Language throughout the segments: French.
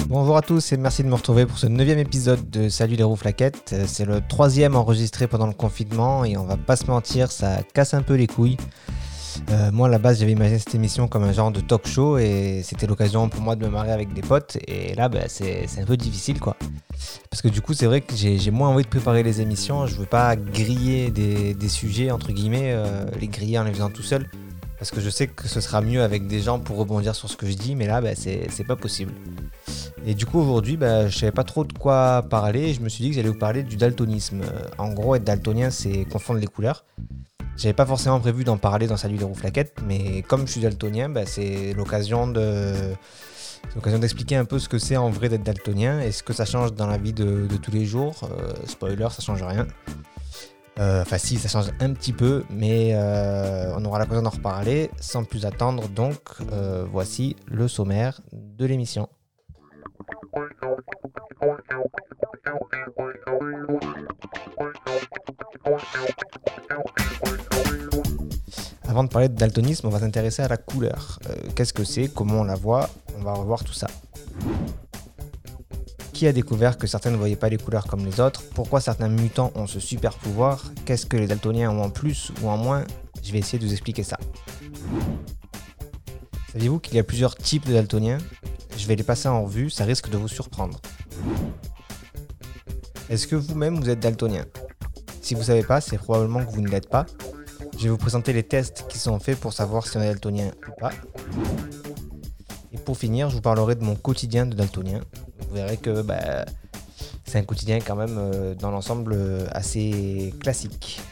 Bonjour à tous et merci de me retrouver pour ce 9e épisode de Salut les rouflaquettes. C'est le 3e enregistré pendant le confinement et on va pas se mentir, ça casse un peu les couilles. Moi à la base j'avais imaginé cette émission comme un genre de talk show et c'était l'occasion pour moi de me marrer avec des potes et là c'est un peu difficile quoi. Parce que du coup c'est vrai que j'ai moins envie de préparer les émissions, je veux pas griller des sujets entre guillemets, les griller en les faisant tout seul. Parce que je sais que ce sera mieux avec des gens pour rebondir sur ce que je dis, mais là c'est pas possible. Et du coup aujourd'hui je savais pas trop de quoi parler et je me suis dit que j'allais vous parler du daltonisme. En gros être daltonien c'est confondre les couleurs. J'avais pas forcément prévu d'en parler dans Salut les rouflaquettes, mais comme je suis daltonien, c'est l'occasion d'expliquer un peu ce que c'est en vrai d'être daltonien et ce que ça change dans la vie de tous les jours. Spoiler, ça change rien. Enfin si, ça change un petit peu, mais on aura l'occasion d'en reparler. Sans plus attendre, donc voici le sommaire de l'émission. Avant de parler de daltonisme, on va s'intéresser à la couleur. Qu'est-ce que c'est? Comment on la voit? On va revoir tout ça. Qui a découvert que certains ne voyaient pas les couleurs comme les autres? Pourquoi certains mutants ont ce super pouvoir? Qu'est-ce que les daltoniens ont en plus ou en moins? Je vais essayer de vous expliquer ça. Saviez-vous qu'il y a plusieurs types de daltoniens? Je vais les passer en revue, ça risque de vous surprendre. Est-ce que vous-même vous êtes daltonien? Si vous ne savez pas, c'est probablement que vous ne l'êtes pas. Je vais vous présenter les tests qui sont faits pour savoir si on est daltonien ou pas. Et pour finir, je vous parlerai de mon quotidien de daltonien. Vous verrez que c'est un quotidien quand même dans l'ensemble assez classique.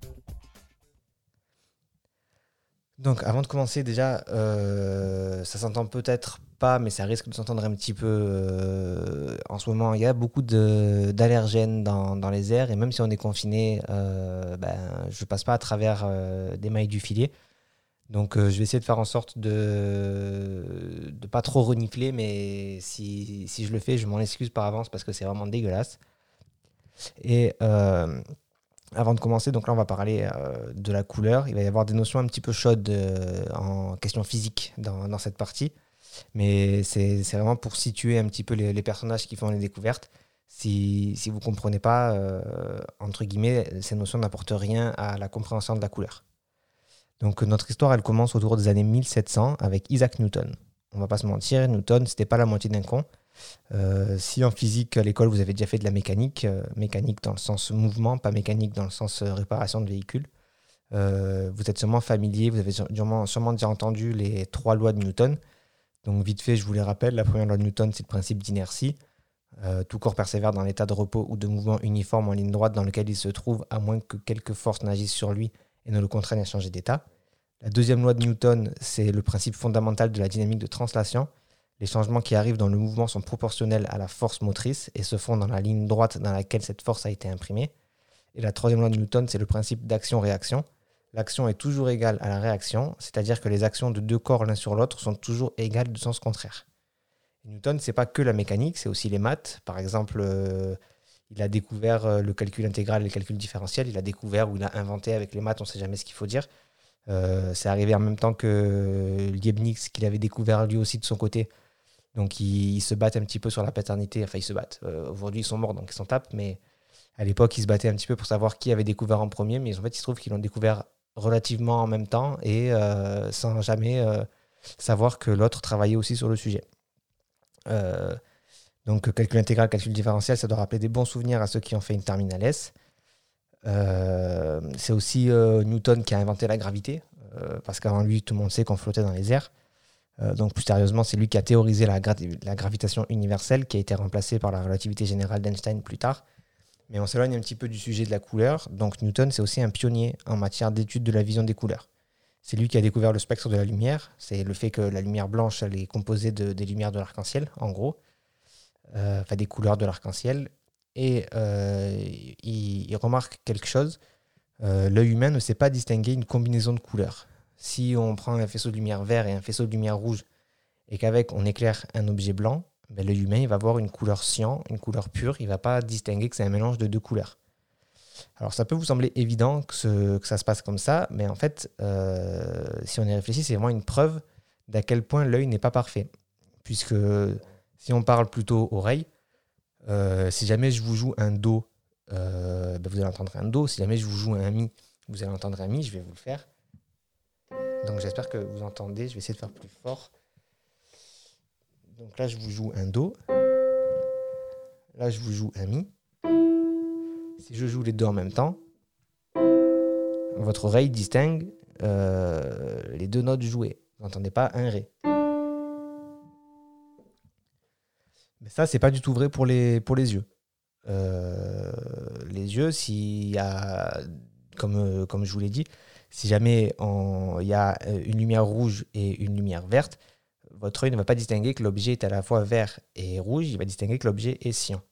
Donc avant de commencer déjà, ça s'entend peut-être pas, mais ça risque de s'entendre un petit peu en ce moment. Il y a beaucoup d'allergènes dans les airs et même si on est confiné, je passe pas à travers des mailles du filet. Donc je vais essayer de faire en sorte de pas trop renifler, mais si je le fais, je m'en excuse par avance parce que c'est vraiment dégueulasse. Et avant de commencer, donc là on va parler de la couleur. Il va y avoir des notions un petit peu chaudes en question physique dans cette partie. Mais c'est vraiment pour situer un petit peu les personnages qui font les découvertes. Si vous ne comprenez pas, entre guillemets, ces notions n'apportent rien à la compréhension de la couleur. Donc notre histoire, elle commence autour des années 1700 avec Isaac Newton. On ne va pas se mentir, Newton, c'était pas la moitié d'un con. Si en physique, à l'école, vous avez déjà fait de la mécanique, mécanique dans le sens mouvement, pas mécanique dans le sens réparation de véhicules, vous êtes sûrement familier, vous avez sûrement déjà entendu les 3 lois de Newton. Donc vite fait, je vous les rappelle, la première loi de Newton, c'est le principe d'inertie. Tout corps persévère dans l'état de repos ou de mouvement uniforme en ligne droite dans lequel il se trouve, à moins que quelque force n'agisse sur lui et ne le contraigne à changer d'état. La deuxième loi de Newton, c'est le principe fondamental de la dynamique de translation. Les changements qui arrivent dans le mouvement sont proportionnels à la force motrice et se font dans la ligne droite dans laquelle cette force a été imprimée. Et la troisième loi de Newton, c'est le principe d'action-réaction. L'action est toujours égale à la réaction, c'est-à-dire que les actions de 2 corps l'un sur l'autre sont toujours égales de sens contraire. Et Newton, c'est pas que la mécanique, c'est aussi les maths. Par exemple, il a découvert le calcul intégral et le calcul différentiel. Il a découvert ou il a inventé avec les maths, on ne sait jamais ce qu'il faut dire. C'est arrivé en même temps que Leibniz, qu'il avait découvert lui aussi de son côté. Donc ils se battent un petit peu sur la paternité. Enfin, ils se battent. Aujourd'hui, ils sont morts, donc ils s'en tapent. Mais à l'époque, ils se battaient un petit peu pour savoir qui avait découvert en premier. Mais en fait, il se trouve qu'ils l'ont découvert relativement en même temps et sans jamais savoir que l'autre travaillait aussi sur le sujet. Donc calcul intégral, calcul différentiel, ça doit rappeler des bons souvenirs à ceux qui ont fait une terminale S. C'est aussi Newton qui a inventé la gravité, parce qu'avant lui, tout le monde sait qu'on flottait dans les airs. Donc plus sérieusement, c'est lui qui a théorisé la gravitation universelle, qui a été remplacée par la relativité générale d'Einstein plus tard. Mais on s'éloigne un petit peu du sujet de la couleur. Donc Newton, c'est aussi un pionnier en matière d'étude de la vision des couleurs. C'est lui qui a découvert le spectre de la lumière. C'est le fait que la lumière blanche, elle est composée des lumières de l'arc-en-ciel, en gros. Des couleurs de l'arc-en-ciel. Et il remarque quelque chose. L'œil humain ne sait pas distinguer une combinaison de couleurs. Si on prend un faisceau de lumière vert et un faisceau de lumière rouge, et qu'avec on éclaire un objet blanc, l'œil humain il va voir une couleur cyan, une couleur pure. Il ne va pas distinguer que c'est un mélange de 2 couleurs. Alors ça peut vous sembler évident que ça se passe comme ça, mais en fait, si on y réfléchit, c'est vraiment une preuve d'à quel point l'œil n'est pas parfait. Puisque Si on parle plutôt oreille, si jamais je vous joue un Do, vous allez entendre un Do. Si jamais je vous joue un Mi, vous allez entendre un Mi. Je vais vous le faire. Donc j'espère que vous entendez. Je vais essayer de faire plus fort. Donc là, je vous joue un Do. Là, je vous joue un Mi. Si je joue les deux en même temps, votre oreille distingue les deux notes jouées. Vous n'entendez pas un Ré. Mais ça, c'est pas du tout vrai pour les yeux. Les yeux, s'il y a, comme je vous l'ai dit, si jamais il y a une lumière rouge et une lumière verte, votre œil ne va pas distinguer que l'objet est à la fois vert et rouge, il va distinguer que l'objet est cyan.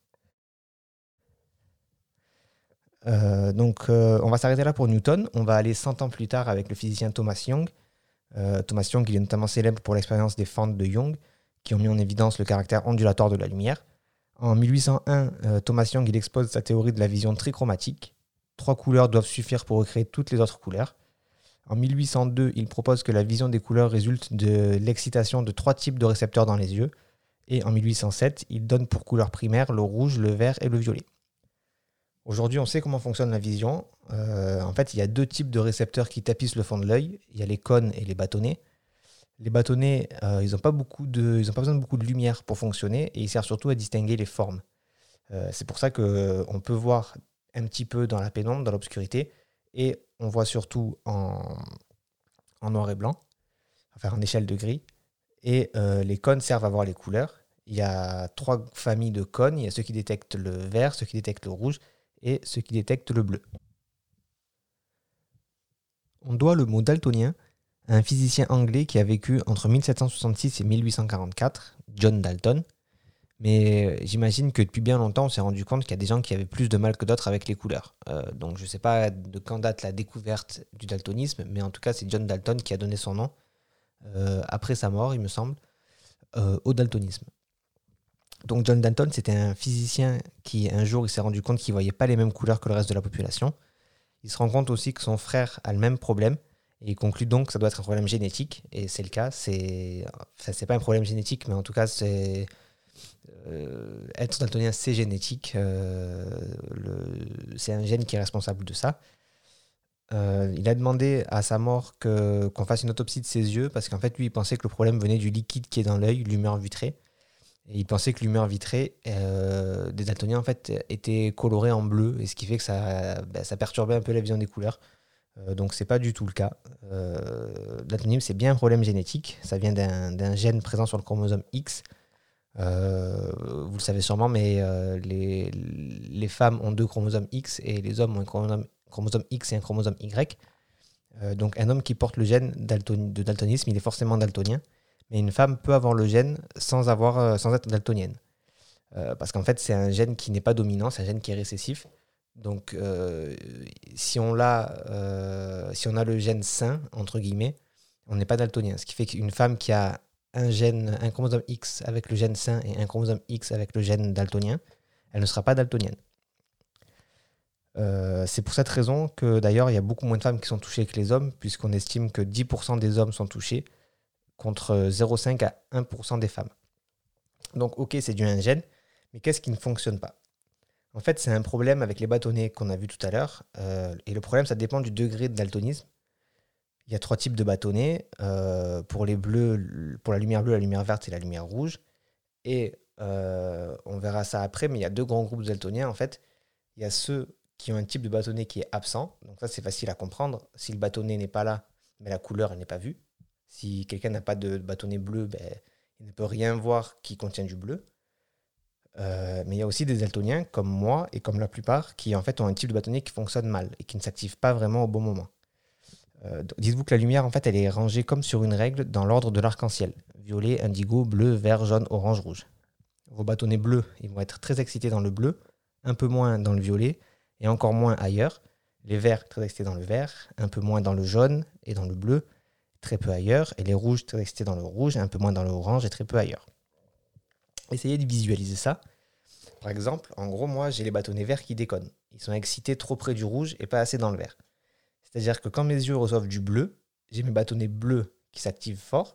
On va s'arrêter là pour Newton. On va aller 100 ans plus tard avec le physicien Thomas Young. Thomas Young, il est notamment célèbre pour l'expérience des fentes de Young, qui ont mis en évidence le caractère ondulatoire de la lumière. En 1801, Thomas Young il expose sa théorie de la vision trichromatique. 3 couleurs doivent suffire pour recréer toutes les autres couleurs. En 1802, il propose que la vision des couleurs résulte de l'excitation de 3 types de récepteurs dans les yeux. Et en 1807, il donne pour couleurs primaires le rouge, le vert et le violet. Aujourd'hui, on sait comment fonctionne la vision. En fait, il y a 2 types de récepteurs qui tapissent le fond de l'œil. Il y a les cônes et les bâtonnets. Les bâtonnets, ils n'ont pas besoin de beaucoup de lumière pour fonctionner et ils servent surtout à distinguer les formes. C'est pour ça qu'on peut voir un petit peu dans la pénombre, dans l'obscurité, et on voit surtout en noir et blanc, enfin en échelle de gris. Et les cônes servent à voir les couleurs. Il y a 3 familles de cônes. Il y a ceux qui détectent le vert, ceux qui détectent le rouge et ceux qui détectent le bleu. On doit le mot daltonien à un physicien anglais qui a vécu entre 1766 et 1844, John Dalton. Mais j'imagine que depuis bien longtemps, on s'est rendu compte qu'il y a des gens qui avaient plus de mal que d'autres avec les couleurs. Donc je ne sais pas de quand date la découverte du daltonisme, mais en tout cas, c'est John Dalton qui a donné son nom, après sa mort, il me semble, au daltonisme. Donc John Dalton, c'était un physicien qui, un jour, il s'est rendu compte qu'il ne voyait pas les mêmes couleurs que le reste de la population. Il se rend compte aussi que son frère a le même problème, et il conclut donc que ça doit être un problème génétique, et c'est le cas. C'est pas un problème génétique, mais en tout cas, être daltonien, c'est génétique. C'est un gène qui est responsable de ça. Il a demandé à sa mort qu'on fasse une autopsie de ses yeux, parce qu'en fait, lui, il pensait que le problème venait du liquide qui est dans l'œil, l'humeur vitrée. Et il pensait que l'humeur vitrée des daltoniens en fait, était colorée en bleu, et ce qui fait que ça perturbait un peu la vision des couleurs. Donc c'est pas du tout le cas. Le daltonisme, c'est bien un problème génétique. Ça vient d'un gène présent sur le chromosome X. Vous le savez sûrement, mais les femmes ont 2 chromosomes X et les hommes ont un chromosome X et un chromosome Y. Donc un homme qui porte le gène de daltonisme, il est forcément daltonien. Mais une femme peut avoir le gène sans être daltonienne. Parce qu'en fait, c'est un gène qui n'est pas dominant, c'est un gène qui est récessif. Donc, si on a le gène sain, entre guillemets, on n'est pas daltonien. Ce qui fait qu'une femme qui a un chromosome X avec le gène sain et un chromosome X avec le gène daltonien, elle ne sera pas daltonienne. C'est pour cette raison que d'ailleurs, il y a beaucoup moins de femmes qui sont touchées que les hommes, puisqu'on estime que 10% des hommes sont touchés, contre 0,5 à 1% des femmes. Donc ok, c'est dû à un gène, mais qu'est-ce qui ne fonctionne pas ? En fait, c'est un problème avec les bâtonnets qu'on a vu tout à l'heure, et le problème, ça dépend du degré de daltonisme. Il y a 3 types de bâtonnets, pour les bleus, pour la lumière bleue, la lumière verte et la lumière rouge, et on verra ça après, mais il y a 2 grands groupes de daltoniens, en fait. Il y a ceux qui ont un type de bâtonnet qui est absent, donc ça c'est facile à comprendre. Si le bâtonnet n'est pas là, mais la couleur elle n'est pas vue. Si quelqu'un n'a pas de bâtonnet bleu, il ne peut rien voir qui contient du bleu. Mais il y a aussi des daltoniens, comme moi et comme la plupart, qui en fait ont un type de bâtonnet qui fonctionne mal et qui ne s'active pas vraiment au bon moment. Dites-vous que la lumière, en fait, elle est rangée comme sur une règle dans l'ordre de l'arc-en-ciel. Violet, indigo, bleu, vert, jaune, orange, rouge. Vos bâtonnets bleus, ils vont être très excités dans le bleu, un peu moins dans le violet et encore moins ailleurs. Les verts, très excités dans le vert, un peu moins dans le jaune et dans le bleu, très peu ailleurs, et les rouges très excités dans le rouge, un peu moins dans le orange et très peu ailleurs. Essayez de visualiser ça. Par exemple, en gros, moi, j'ai les bâtonnets verts qui déconnent. Ils sont excités trop près du rouge et pas assez dans le vert. C'est-à-dire que quand mes yeux reçoivent du bleu, j'ai mes bâtonnets bleus qui s'activent fort,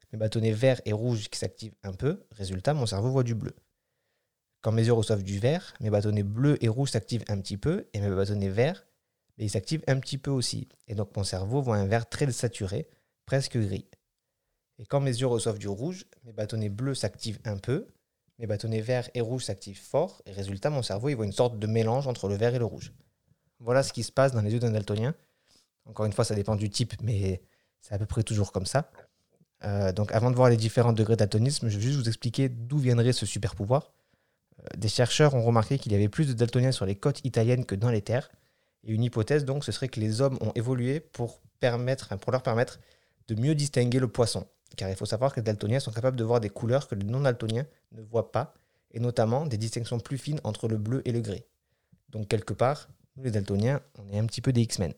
mes bâtonnets verts et rouges qui s'activent un peu. Résultat, mon cerveau voit du bleu. Quand mes yeux reçoivent du vert, mes bâtonnets bleus et rouges s'activent un petit peu, et mes bâtonnets verts, ils s'activent un petit peu aussi. Et donc mon cerveau voit un vert très saturé, presque gris. Et quand mes yeux reçoivent du rouge, mes bâtonnets bleus s'activent un peu, mes bâtonnets verts et rouges s'activent fort, et résultat, mon cerveau il voit une sorte de mélange entre le vert et le rouge. Voilà ce qui se passe dans les yeux d'un daltonien. Encore une fois, ça dépend du type, mais c'est à peu près toujours comme ça. Donc avant de voir les différents degrés de daltonisme, je vais juste vous expliquer d'où viendrait ce super pouvoir. Des chercheurs ont remarqué qu'il y avait plus de daltoniens sur les côtes italiennes que dans les terres. Et une hypothèse donc, ce serait que les hommes ont évolué pour leur permettre de mieux distinguer le poisson. Car il faut savoir que les daltoniens sont capables de voir des couleurs que les non-daltoniens ne voient pas, et notamment des distinctions plus fines entre le bleu et le gris. Donc quelque part, nous les daltoniens, on est un petit peu des X-Men.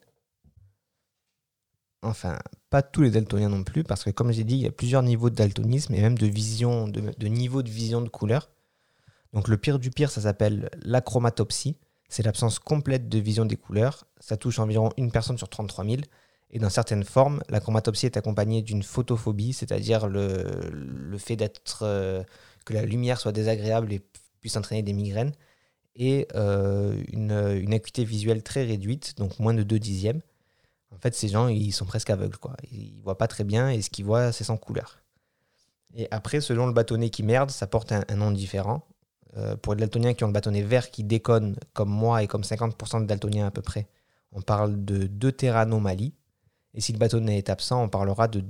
Enfin, pas tous les daltoniens non plus, parce que comme j'ai dit, il y a plusieurs niveaux de daltonisme et même de vision, de niveau de vision de couleurs. Donc le pire du pire, ça s'appelle l'achromatopsie. C'est l'absence complète de vision des couleurs. Ça touche environ une personne sur 33 000. Et dans certaines formes, l'achromatopsie est accompagnée d'une photophobie, c'est-à-dire le fait que la lumière soit désagréable et puisse entraîner des migraines, et une acuité visuelle très réduite, donc moins de 2/10. En fait, ces gens, ils sont presque aveugles, quoi. Ils ne voient pas très bien, et ce qu'ils voient, c'est sans couleur. Et après, selon le bâtonnet qui merde, ça porte un nom différent. Pour les daltoniens qui ont le bâtonnet vert qui déconne, comme moi et comme 50% de daltoniens à peu près, on parle de deutéranomalie. Et si le bâtonnet est absent, on parlera de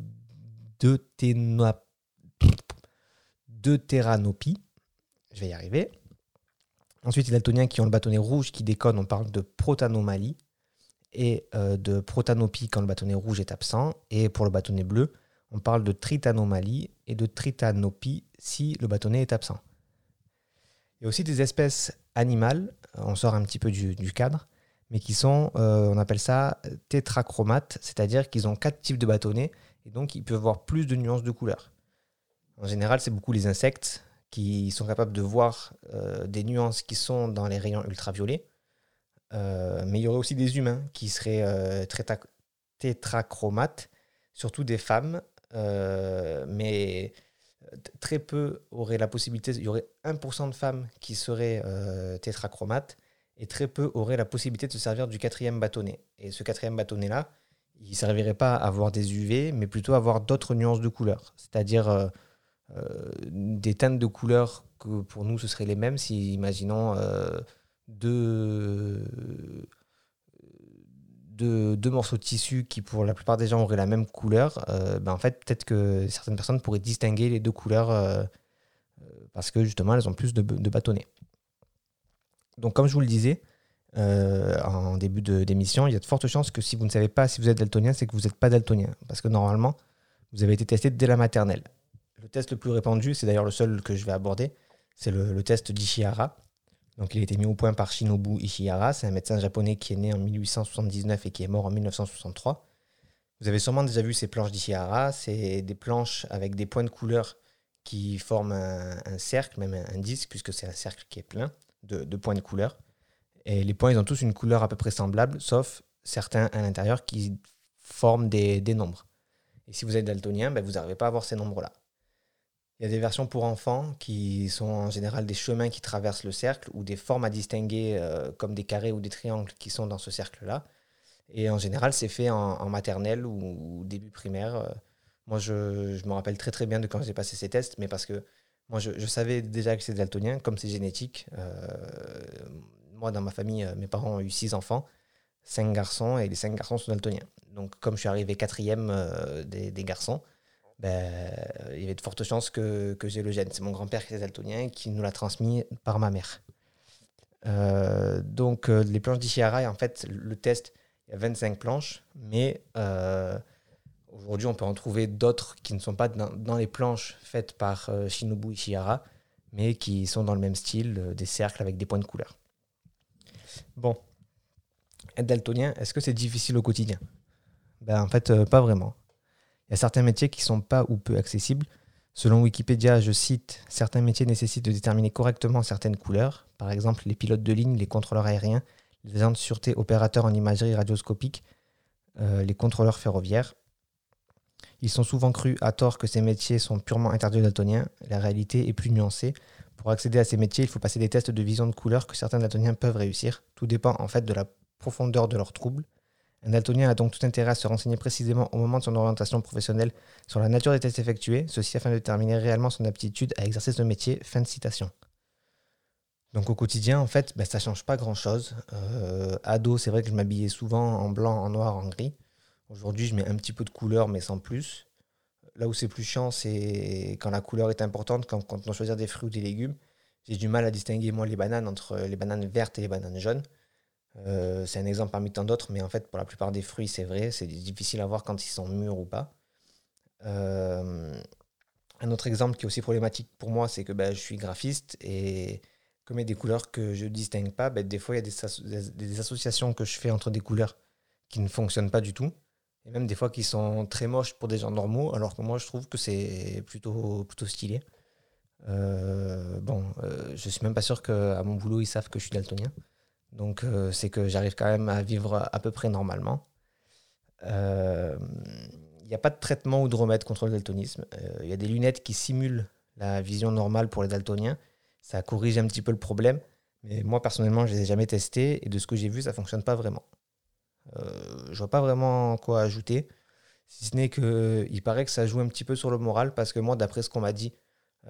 deutéranopie. Je vais y arriver. Ensuite, les daltoniens qui ont le bâtonnet rouge qui déconne, on parle de protanomalie. Et de protanopie quand le bâtonnet rouge est absent. Et pour le bâtonnet bleu, on parle de tritanomalie et de tritanopie si le bâtonnet est absent. Il y a aussi des espèces animales, on sort un petit peu du cadre, mais qui sont, on appelle ça tétrachromates, c'est-à-dire qu'ils ont 4 types de bâtonnets, et donc ils peuvent voir plus de nuances de couleurs. En général, c'est beaucoup les insectes qui sont capables de voir des nuances qui sont dans les rayons ultraviolets, mais il y aurait aussi des humains qui seraient tétrachromates, surtout des femmes, mais très peu auraient la possibilité, il y aurait 1% de femmes qui seraient tétrachromates, et très peu auraient la possibilité de se servir du 4e bâtonnet. Et ce 4e bâtonnet-là, il ne servirait pas à voir des UV, mais plutôt à voir d'autres nuances de couleurs, c'est-à-dire des teintes de couleurs que pour nous ce seraient les mêmes si, imaginons, deux morceaux de tissu qui pour la plupart des gens auraient la même couleur, en fait peut-être que certaines personnes pourraient distinguer les deux couleurs parce que justement elles ont plus de bâtonnets. Donc comme je vous le disais en début d'émission, il y a de fortes chances que si vous ne savez pas si vous êtes daltonien, c'est que vous n'êtes pas daltonien, parce que normalement vous avez été testé dès la maternelle. Le test le plus répandu, c'est d'ailleurs le seul que je vais aborder, c'est le test d'Ishihara. Donc, il a été mis au point par Shinobu Ishihara. C'est un médecin japonais qui est né en 1879 et qui est mort en 1963. Vous avez sûrement déjà vu ces planches d'Ishihara. C'est des planches avec des points de couleur qui forment un cercle, même un disque, puisque c'est un cercle qui est plein de points de couleur. Et les points, ils ont tous une couleur à peu près semblable, sauf certains à l'intérieur qui forment des nombres. Et si vous êtes daltonien, vous n'arrivez pas à voir ces nombres-là. Il y a des versions pour enfants qui sont en général des chemins qui traversent le cercle ou des formes à distinguer comme des carrés ou des triangles qui sont dans ce cercle-là. Et en général, c'est fait en maternelle ou début primaire. Moi, je me rappelle très très bien de quand j'ai passé ces tests, mais parce que moi, je savais déjà que c'est daltonien, comme c'est génétique. Moi, dans ma famille, mes parents ont eu 6 enfants, 5 garçons, et les 5 garçons sont daltoniens. Donc, comme je suis arrivé 4e des garçons, il y avait de fortes chances que j'ai le gène. C'est mon grand-père qui est daltonien qui nous l'a transmis par ma mère. Donc, les planches d'Ishihara, en fait, le test, il y a 25 planches, mais aujourd'hui, on peut en trouver d'autres qui ne sont pas dans les planches faites par Shinobu Ishihara, mais qui sont dans le même style, des cercles avec des points de couleur. Bon, être daltonien, est-ce que c'est difficile au quotidien ? En fait, pas vraiment. Il y a certains métiers qui ne sont pas ou peu accessibles. Selon Wikipédia, je cite, certains métiers nécessitent de déterminer correctement certaines couleurs. Par exemple, les pilotes de ligne, les contrôleurs aériens, les agents de sûreté opérateurs en imagerie radioscopique, les contrôleurs ferroviaires. Ils sont souvent crus à tort que ces métiers sont purement interdits aux daltoniens. La réalité est plus nuancée. Pour accéder à ces métiers, il faut passer des tests de vision de couleur que certains daltoniens peuvent réussir. Tout dépend en fait de la profondeur de leurs troubles. Un daltonien a donc tout intérêt à se renseigner précisément au moment de son orientation professionnelle sur la nature des tests effectués, ceci afin de déterminer réellement son aptitude à exercer ce métier. Fin de citation. Donc au quotidien, en fait, ça ne change pas grand-chose. Ado, c'est vrai que je m'habillais souvent en blanc, en noir, en gris. Aujourd'hui, je mets un petit peu de couleur, mais sans plus. Là où c'est plus chiant, c'est quand la couleur est importante, quand on doit choisir des fruits ou des légumes. J'ai du mal à distinguer, moi, les bananes entre les bananes vertes et les bananes jaunes. C'est un exemple parmi tant d'autres, mais en fait, pour la plupart des fruits, c'est vrai, c'est difficile à voir quand ils sont mûrs ou pas. Un autre exemple qui est aussi problématique pour moi, c'est que je suis graphiste et comme il y a des couleurs que je ne distingue pas, des fois, il y a des associations que je fais entre des couleurs qui ne fonctionnent pas du tout. Et même des fois qui sont très moches pour des gens normaux, alors que moi, je trouve que c'est plutôt stylé. Je suis même pas sûr qu'à mon boulot, ils savent que je suis daltonien. Donc, c'est que j'arrive quand même à vivre à peu près normalement. Il n'y a pas de traitement ou de remède contre le daltonisme. Il y a des lunettes qui simulent la vision normale pour les daltoniens. Ça corrige un petit peu le problème. Mais moi, personnellement, je ne les ai jamais testés. Et de ce que j'ai vu, ça ne fonctionne pas vraiment. Je vois pas vraiment quoi ajouter. Si ce n'est qu'il paraît que ça joue un petit peu sur le moral. Parce que moi, d'après ce qu'on m'a dit,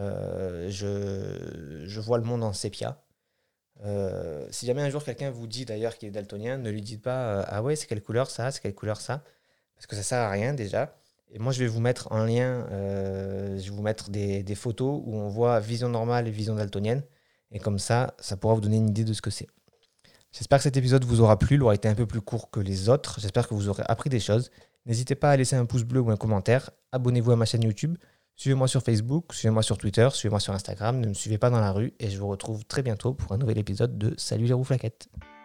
je vois le monde en sépia. Si jamais un jour quelqu'un vous dit d'ailleurs qu'il est daltonien, ne lui dites pas ah ouais, c'est quelle couleur ça, c'est quelle couleur ça, parce que ça sert à rien déjà. Et moi, je vais vous mettre en lien, je vais vous mettre des photos où on voit vision normale et vision daltonienne. Et comme ça pourra vous donner une idée de ce que c'est. J'espère que cet épisode vous aura plu, il aura été un peu plus court que les autres. J'espère que vous aurez appris des choses. N'hésitez pas à laisser un pouce bleu ou un commentaire. Abonnez-vous à ma chaîne YouTube. Suivez-moi sur Facebook, suivez-moi sur Twitter, suivez-moi sur Instagram. Ne me suivez pas dans la rue et je vous retrouve très bientôt pour un nouvel épisode de Salut les rouflaquettes.